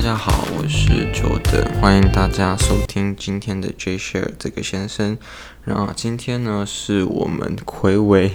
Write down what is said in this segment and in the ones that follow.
家好，我是Jordan，欢迎大家收听今天的 J Share 这个先生。那今天呢是我们睽违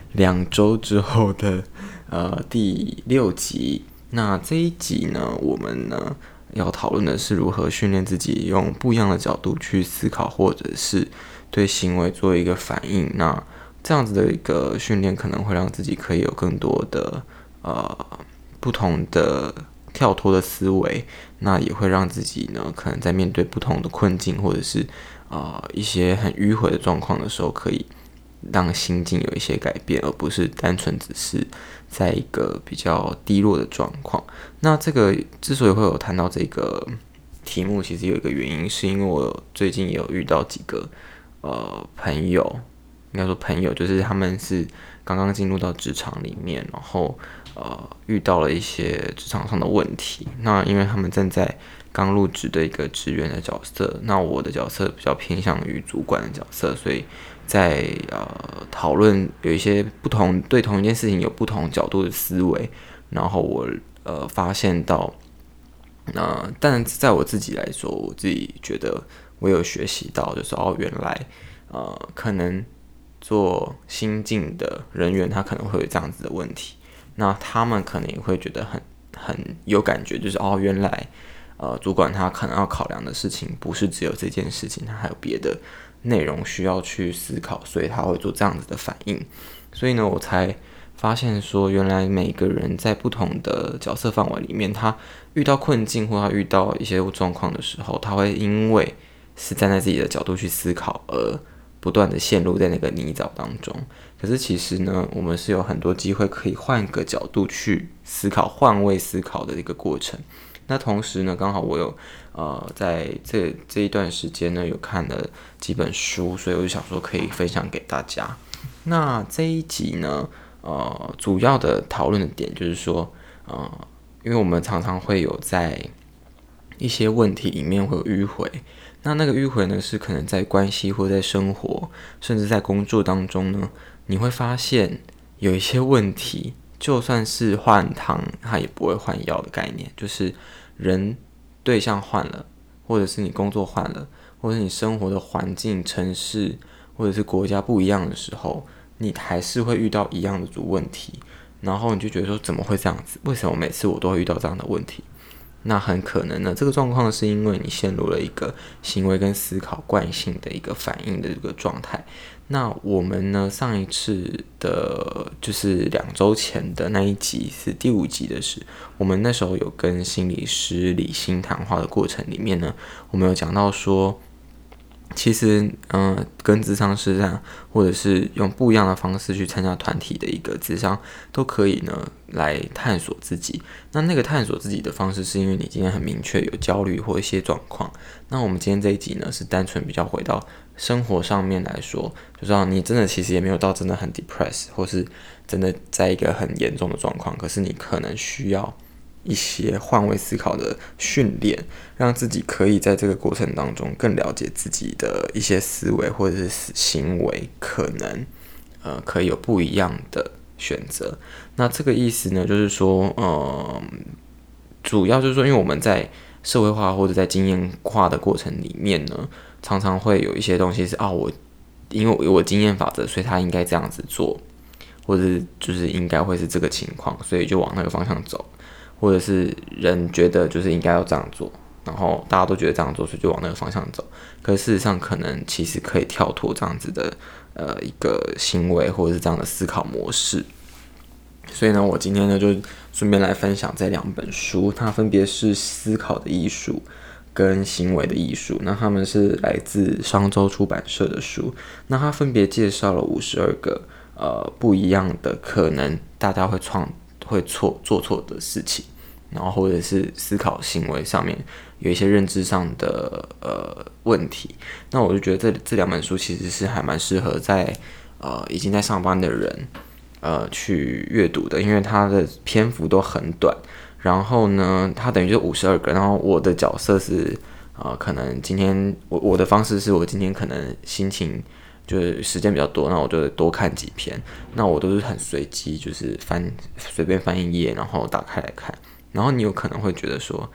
2周之后的第6集。那这一集呢，我们呢要讨论的是如何训练自己用不一样的角度去思考，或者是对行为做一个反应。那这样子的一个训练可能会让自己可以有更多的不同的跳脱的思维，那也会让自己呢可能在面对不同的困境，或者是一些很迂回的状况的时候，可以让心境有一些改变，而不是单纯只是在一个比较低落的状况。那这个之所以会有谈到这个题目，其实有一个原因，是因为我最近也有遇到几个朋友，应该说朋友，就是他们是刚刚进入到职场里面，然后遇到了一些职场上的问题。那因为他们正在刚入职的一个职员的角色，那我的角色比较偏向于主管的角色，所以在讨论有一些不同，对同一件事情有不同角度的思维，然后我发现到，但在我自己来说，我自己觉得我有学习到，就是原来可能做新进的人员，他可能会有这样子的问题，那他们可能也会觉得很有感觉，就是原来主管他可能要考量的事情不是只有这件事情，他还有别的内容需要去思考，所以他会做这样子的反应。所以呢，我才发现说，原来每个人在不同的角色范围里面，他遇到困境或他遇到一些状况的时候，他会因为是站在自己的角度去思考，而不断的陷入在那个泥沼当中。可是其实呢，我们是有很多机会可以换个角度去思考，换位思考的一个过程。那同时呢，刚好我有在这一段时间呢，有看了几本书，所以我就想说可以分享给大家。那这一集呢，主要的讨论的点就是说，因为我们常常会有在一些问题里面会有迂回，那个迂回呢，是可能在关系或在生活，甚至在工作当中呢，你会发现有一些问题，就算是换汤，它也不会换药的概念，就是人对象换了，或者是你工作换了，或者是你生活的环境、城市或者是国家不一样的时候，你还是会遇到一样的问题，然后你就觉得说怎么会这样子？为什么每次我都会遇到这样的问题？那很可能呢，这个状况是因为你陷入了一个行为跟思考惯性的一个反应的这个状态。那我们呢，上一次的就是2周前的那一集是第5集的事，我们那时候有跟心理师理性谈话的过程里面呢，我们有讲到说，其实跟諮商师这样，或者是用不一样的方式去参加团体的一个諮商，都可以呢来探索自己。那个探索自己的方式，是因为你今天很明确有焦虑或一些状况。那我们今天这一集呢，是单纯比较回到生活上面来说，就知道你真的其实也没有到真的很 depressed， 或是真的在一个很严重的状况，可是你可能需要一些换位思考的训练，让自己可以在这个过程当中更了解自己的一些思维或者是行为，可能可以有不一样的选择。那这个意思呢，就是说主要就是说，因为我们在社会化或者在经验化的过程里面呢，常常会有一些东西是因为我经验法则，所以他应该这样子做，或者就是应该会是这个情况，所以就往那个方向走。或者是人觉得就是应该要这样做，然后大家都觉得这样做，所以就往那个方向走。可是事实上，可能其实可以跳脱这样子的一个行为，或者是这样的思考模式。所以呢，我今天呢就顺便来分享这2本书，它分别是《思考的艺术》跟《行为的艺术》。那他们是来自商周出版社的书。那它分别介绍了52个不一样的可能大家会做错的事情，然后或者是思考行为上面有一些认知上的问题。那我就觉得这2本书其实是还蛮适合在已经在上班的人去阅读的，因为它的篇幅都很短。然后呢，它等于就52个，然后我的角色是可能今天我的方式是我今天可能心情就是时间比较多，那我就多看几篇。那我都是很随机，就是随便翻一页，然后打开来看。然后你有可能会觉得说，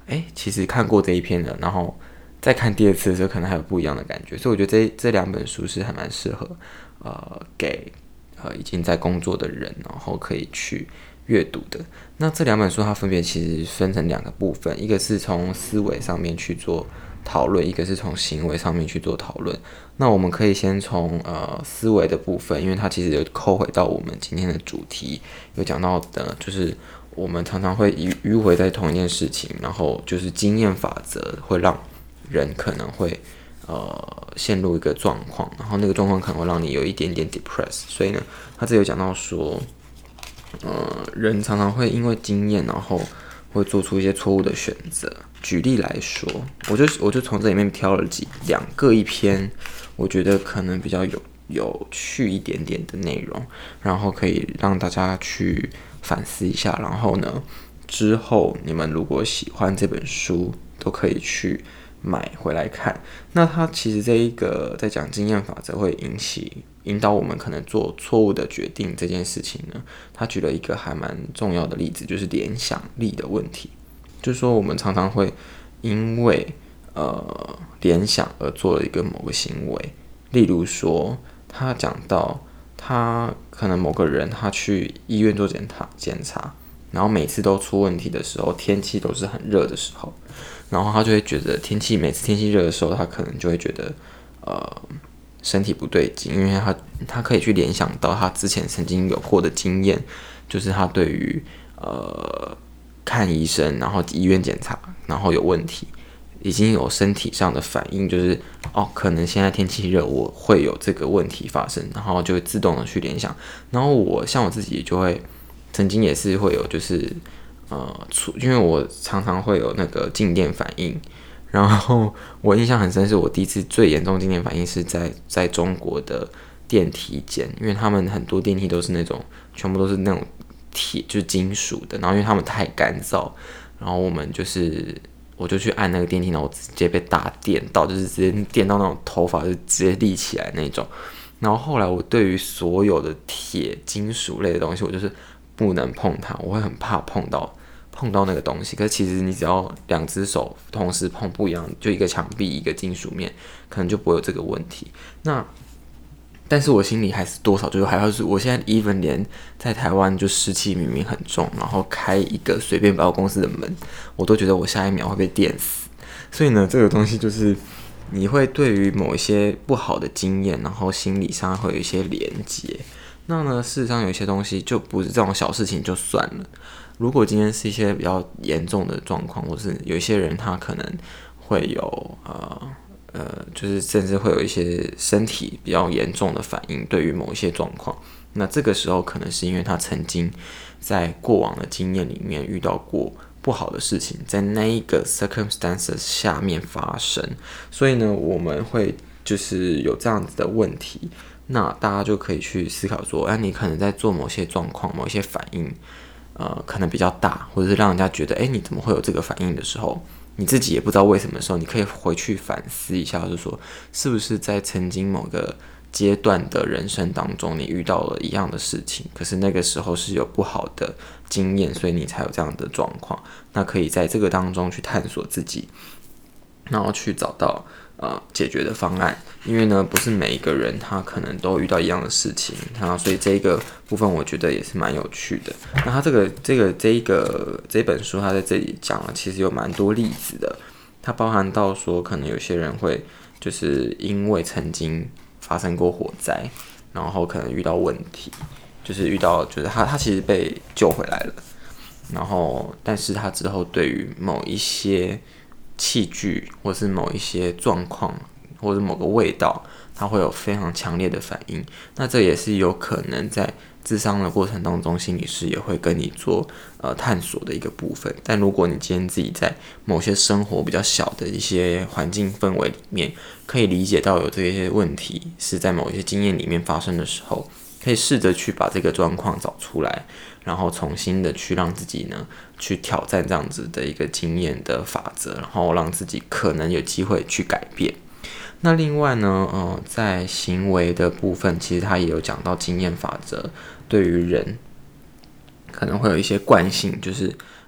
其实看过这一篇了，然后再看第二次的时候，可能还有不一样的感觉。所以我觉得这两本书是还蛮适合给已经在工作的人，然后可以去阅读的。那这两本书它分别其实分成2个部分，一个是从思维上面去做讨论，一个是从行为上面去做讨论。那我们可以先从思维的部分，因为它其实有扣回到我们今天的主题，有讲到的就是我们常常会迂回在同一件事情，然后就是经验法则会让人可能会陷入一个状况，然后那个状况可能会让你有一点点 depressed。所以呢，他这有讲到说，人常常会因为经验，然后会做出一些错误的选择。举例来说，我就从这里面挑了两个一篇，我觉得可能比较有趣一点点的内容，然后可以让大家去反思一下。然后呢，之后你们如果喜欢这本书，都可以去买回来看。那它其实这一个在讲经验法则会引导我们可能做错误的决定这件事情呢，他举了一个还蛮重要的例子，就是联想力的问题。就是说我们常常会因为联想而做了一个某个行为，例如说他讲到他可能某个人他去医院做检查，然后每次都出问题的时候，天气都是很热的时候，然后他就会觉得每次天气热的时候，他可能就会觉得身体不对劲，因为他可以去联想到他之前曾经有过的经验，就是他对于看医生，然后医院检查，然后有问题，已经有身体上的反应，就是可能现在天气热，我会有这个问题发生，然后就会自动的去联想。然后我自己就会曾经也是会有，就是因为我常常会有那个静电反应，然后我印象很深，是我第一次最严重的静电反应是在中国的电梯间，因为他们很多电梯都是那种全部都是那种铁，就是金属的，然后因为他们太干燥，然后我就去按那个电梯，然后我直接被大电到，就是直接电到那种头发就直接立起来那种。然后后来我对于所有的铁金属类的东西，我就是不能碰它，我会很怕碰到那个东西。可是其实你只要2只手同时碰不一样，就一个墙壁一个金属面，可能就不会有这个问题。但是我心里还是多少就是还要是，我现在 even 连在台湾就湿气明明很重，然后开一个随便百货公司的门，我都觉得我下一秒会被电死。所以呢，这个东西就是你会对于某一些不好的经验，然后心理上会有一些连结。那呢，事实上有一些东西就不是这种小事情就算了。如果今天是一些比较严重的状况，或是有一些人他可能会有就是甚至会有一些身体比较严重的反应，对于某一些状况，那这个时候可能是因为他曾经在过往的经验里面遇到过不好的事情，在那一个 circumstances 下面发生，所以呢，我们会就是有这样子的问题，那大家就可以去思考说，你可能在做某些状况、某一些反应，可能比较大，或者是让人家觉得，你怎么会有这个反应的时候，你自己也不知道为什么的时候，你可以回去反思一下，就是说，是不是在曾经某个阶段的人生当中，你遇到了一样的事情，可是那个时候是有不好的经验，所以你才有这样的状况。那可以在这个当中去探索自己，然后去找到解决的方案。因为呢，不是每一个人他可能都遇到一样的事情，所以这一个部分我觉得也是蛮有趣的。那他这本书他在这里讲了，其实有蛮多例子的。它包含到说，可能有些人会就是因为曾经发生过火灾，然后可能遇到问题，就是他其实被救回来了，然后但是他之后对于某一些器具或是某一些状况或者某个味道，它会有非常强烈的反应。那这也是有可能在諮商的过程当中，心理师也会跟你做探索的一个部分。但如果你今天自己在某些生活比较小的一些环境氛围里面，可以理解到有这些问题是在某一些经验里面发生的时候，可以试着去把这个状况找出来，然后重新的去让自己呢去挑战这样子的一个经验的法则，然后让自己可能有机会去改变。那另外呢，在行为的部分，其实他也有讲到经验法则对于人可能会有一些惯性，就是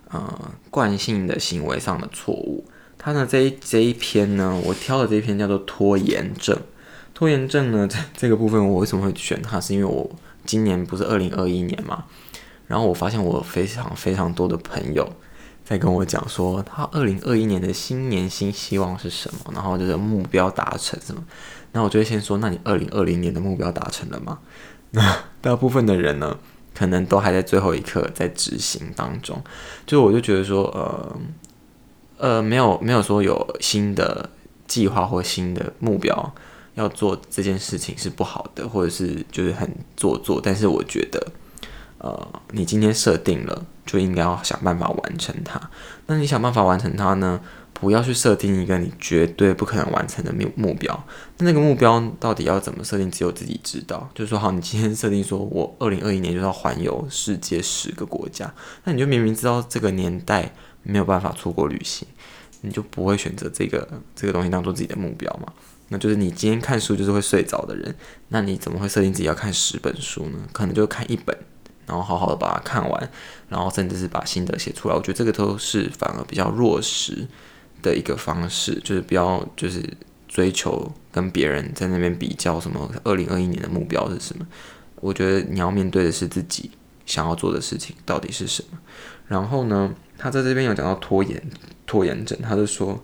惯性的行为上的错误。他呢这一篇呢，我挑的这一篇叫做拖延症。拖延症呢这个部分我为什么会选它，是因为我今年不是2021年嘛，然后我发现我有非常非常多的朋友在跟我讲说他2021年的新年新希望是什么，然后就是目标达成什么，然后我就会先说，那你2020年的目标达成了吗？那大部分的人呢可能都还在最后一刻在执行当中，就我就觉得说没有说有新的计划或新的目标要做这件事情是不好的，或者是就是很做作，但是我觉得你今天设定了，就应该要想办法完成它。那你想办法完成它呢，不要去设定一个你绝对不可能完成的目标。那个目标到底要怎么设定，只有自己知道。就是说，好，你今天设定说我2021年就要环游世界10个国家，那你就明明知道这个年代没有办法出国旅行，你就不会选择这个东西当做自己的目标嘛？那就是你今天看书就是会睡着的人，那你怎么会设定自己要看10本书呢？可能就看1本，然后好好的把它看完，然后甚至是把心得写出来。我觉得这个都是反而比较落实的一个方式，就是不要就是追求跟别人在那边比较什么2021年的目标是什么。我觉得你要面对的是自己想要做的事情到底是什么。然后呢，他在这边有讲到拖延症，他就说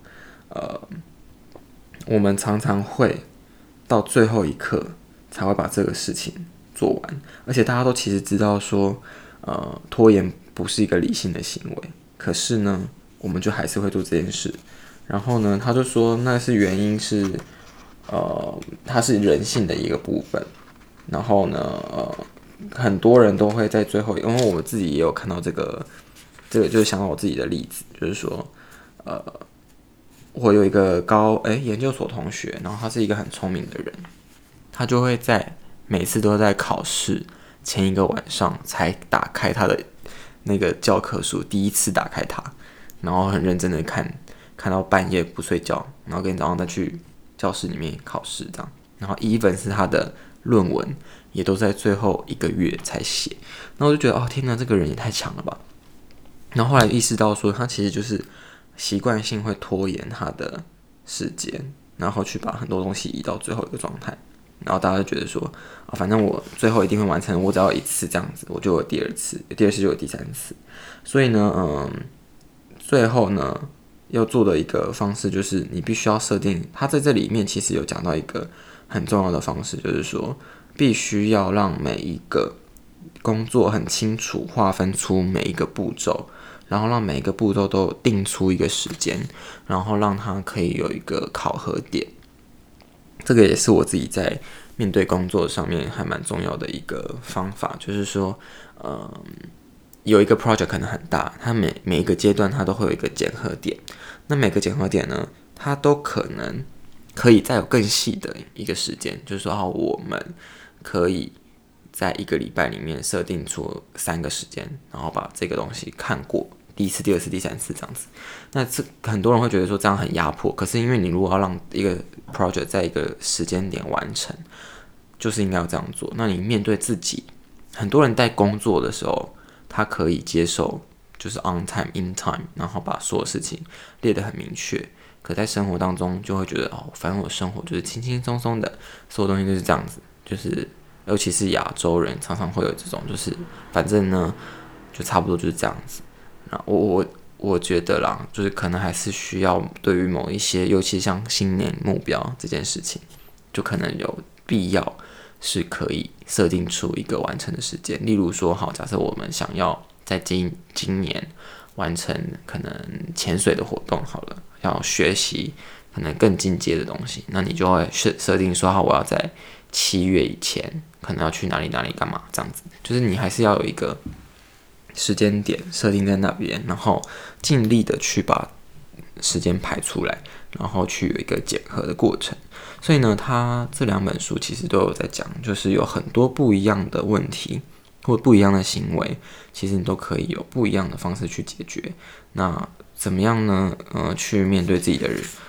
我们常常会到最后一刻才会把这个事情做完，而且大家都其实知道说拖延不是一个理性的行为，可是呢我们就还是会做这件事。然后呢他就说那是原因是它是人性的一个部分。然后呢很多人都会在最后，因为我自己也有看到这个就是想到我自己的例子，就是说我有一个研究所同学，然后他是一个很聪明的人，他就会在每次都在考试前一个晚上才打开他的那个教科书，第一次打开它，然后很认真的看到半夜不睡觉，然后跟早上再去教室里面考试这样。然后even是他的论文也都在最后1个月才写，然后我就觉得天哪，这个人也太强了吧。然后后来意识到说他其实就是习惯性会拖延他的时间，然后去把很多东西移到最后一个状态，然后大家就觉得说反正我最后一定会完成，我只要一次这样子，我就有第二次就有第3次。所以呢最后呢要做的一个方式就是你必须要设定，他在这里面其实有讲到一个很重要的方式，就是说必须要让每一个工作很清楚划分出每一个步骤，然后让每一个步骤都定出一个时间，然后让它可以有一个考核点。这个也是我自己在面对工作上面还蛮重要的一个方法，就是说有一个 project 可能很大，它每一个阶段它都会有一个检核点，那每个检核点呢它都可能可以再有更细的一个时间，就是说我们可以在1个礼拜里面设定出3个时间，然后把这个东西看过第1次、第2次、第3次这样子。那很多人会觉得说这样很压迫，可是因为你如果要让一个 project 在一个时间点完成，就是应该要这样做。那你面对自己，很多人在工作的时候他可以接受就是 on time in time， 然后把所有事情列得很明确，可在生活当中就会觉得反正我生活就是轻轻松松的，所有东西就是这样子，就是尤其是亚洲人常常会有这种，就是反正呢就差不多就是这样子。那我觉得啦，就是可能还是需要对于某一些，尤其像新年目标这件事情，就可能有必要是可以设定出一个完成的时间。例如说好，假设我们想要在今年完成可能潜水的活动好了，要学习可能更进阶的东西，那你就会设定说好，我要在7月以前可能要去哪里干嘛这样子，就是你还是要有一个时间点设定在那边，然后尽力的去把时间排出来，然后去有一个检核的过程。所以呢他这2本书其实都有在讲，就是有很多不一样的问题或不一样的行为，其实你都可以有不一样的方式去解决。那怎么样呢去面对自己的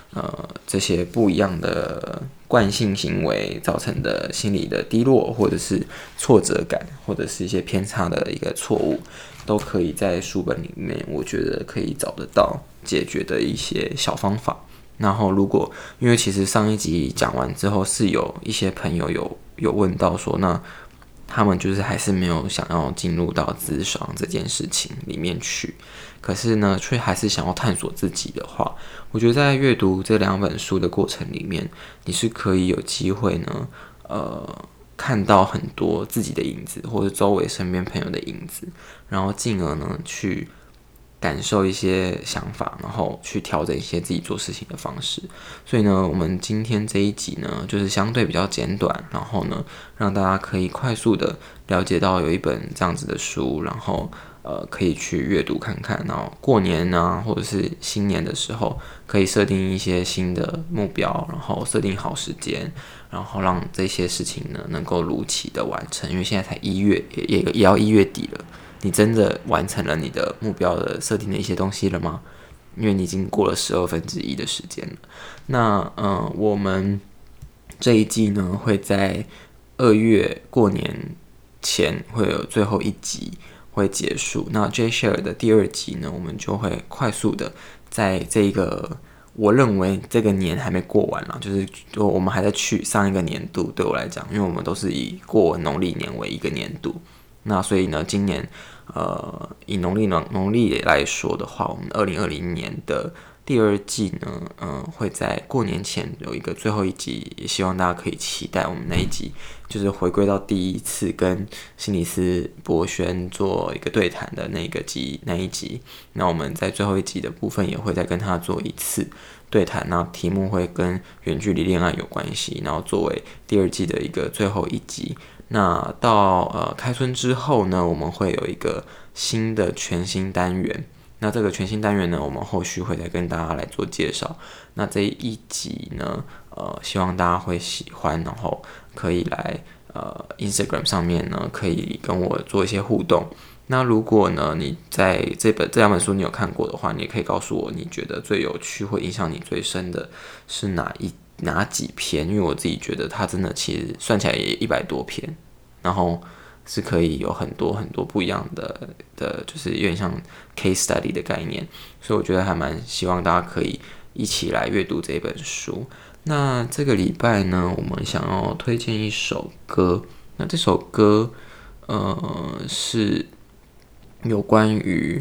这些不一样的惯性行为造成的心理的低落，或者是挫折感，或者是一些偏差的一个错误，都可以在书本里面，我觉得可以找得到解决的一些小方法。然后因为其实上一集讲完之后，是有一些朋友有问到说，那他们就是还是没有想要进入到咨商这件事情里面去，可是呢，却还是想要探索自己的话，我觉得在阅读这2本书的过程里面，你是可以有机会呢，看到很多自己的影子，或者周围身边朋友的影子，然后进而呢去感受一些想法，然后去调整一些自己做事情的方式。所以呢，我们今天这一集呢，就是相对比较简短，然后呢，让大家可以快速的了解到有一本这样子的书，然后可以去阅读看看。然后过年啊，或者是新年的时候，可以设定一些新的目标，然后设定好时间，然后让这些事情呢能够如期的完成。因为现在才1月，也要1月底了。你真的完成了你的目标的设定的一些东西了吗？因为你已经过了1/12的时间了。那我们这一季呢会在2月过年前会有最后一集会结束。那 J Share 的第2集呢，我们就会快速的在这个我认为这个年还没过完啦，就是我们还在去上一个年度。对我来讲，因为我们都是以过农历年为一个年度。那所以呢，今年以农历来说的话，我们2020年的第2季呢，会在过年前有一个最后一集，也希望大家可以期待我们那一集，就是回归到第一次跟心理师博轩做一个对谈的那一集。那我们在最后一集的部分也会再跟他做一次对谈，那题目会跟远距离恋爱有关系，然后作为第2季的一个最后一集。那到开春之后呢，我们会有一个新的全新单元。那这个全新单元呢，我们后续会再跟大家来做介绍。那这一集呢，希望大家会喜欢，然后可以来Instagram 上面呢，可以跟我做一些互动。那如果呢，你在这2本书你有看过的话，你也可以告诉我，你觉得最有趣或影响你最深的是哪几篇？因为我自己觉得它真的其实算起来也100多篇，然后是可以有很多很多不一样的，就是有点像 case study 的概念，所以我觉得还蛮希望大家可以一起来阅读这本书。那这个礼拜呢，我们想要推荐一首歌，那这首歌是有关于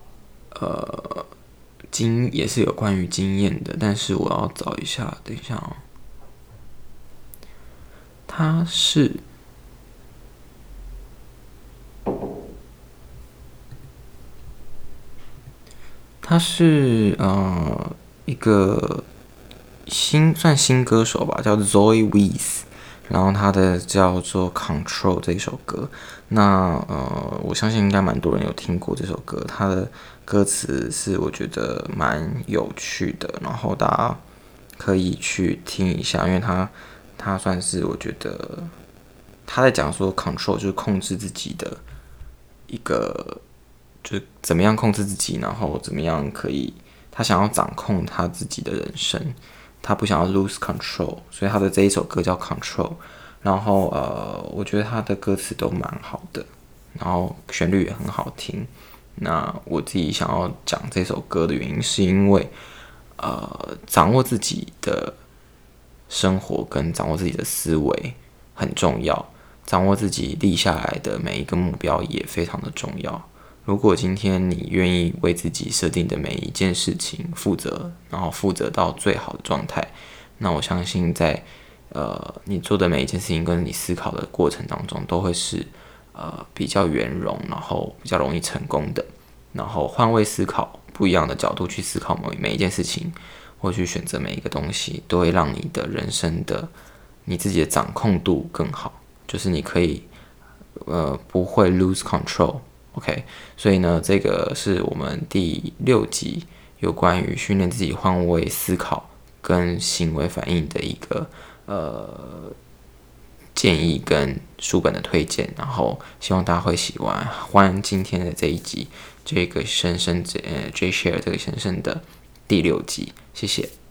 也是有关于经验的，但是我要找一下，等一下哦。它是一个算新歌手吧，叫 Zoe Wees， 然后他的叫做 Control 这一首歌。那我相信应该蛮多人有听过这首歌，他的歌词是我觉得蛮有趣的，然后大家可以去听一下，因为他算是我觉得他在讲说 control 就是控制自己的一个，就是怎么样控制自己，然后怎么样他想要掌控他自己的人生，他不想要 lose control， 所以他的这一首歌叫 Control。然后我觉得他的歌词都蛮好的，然后旋律也很好听。那我自己想要讲这首歌的原因，是因为掌握自己的生活跟掌握自己的思维很重要，掌握自己立下来的每一个目标也非常的重要。如果今天你愿意为自己设定的每一件事情负责，然后负责到最好的状态，那我相信在你做的每一件事情跟你思考的过程当中，都会是比较圆融，然后比较容易成功的。然后换位思考，不一样的角度去思考每一件事情，或去选择每一个东西，都会让你的人生的你自己的掌控度更好，就是你可以不会 lose control。OK， 所以呢，这个是我们第6集有关于训练自己换位思考跟行为反应的一个建议跟书本的推荐，然后希望大家会喜欢今天的这一集这个J Share 这个先生的第6集，谢谢。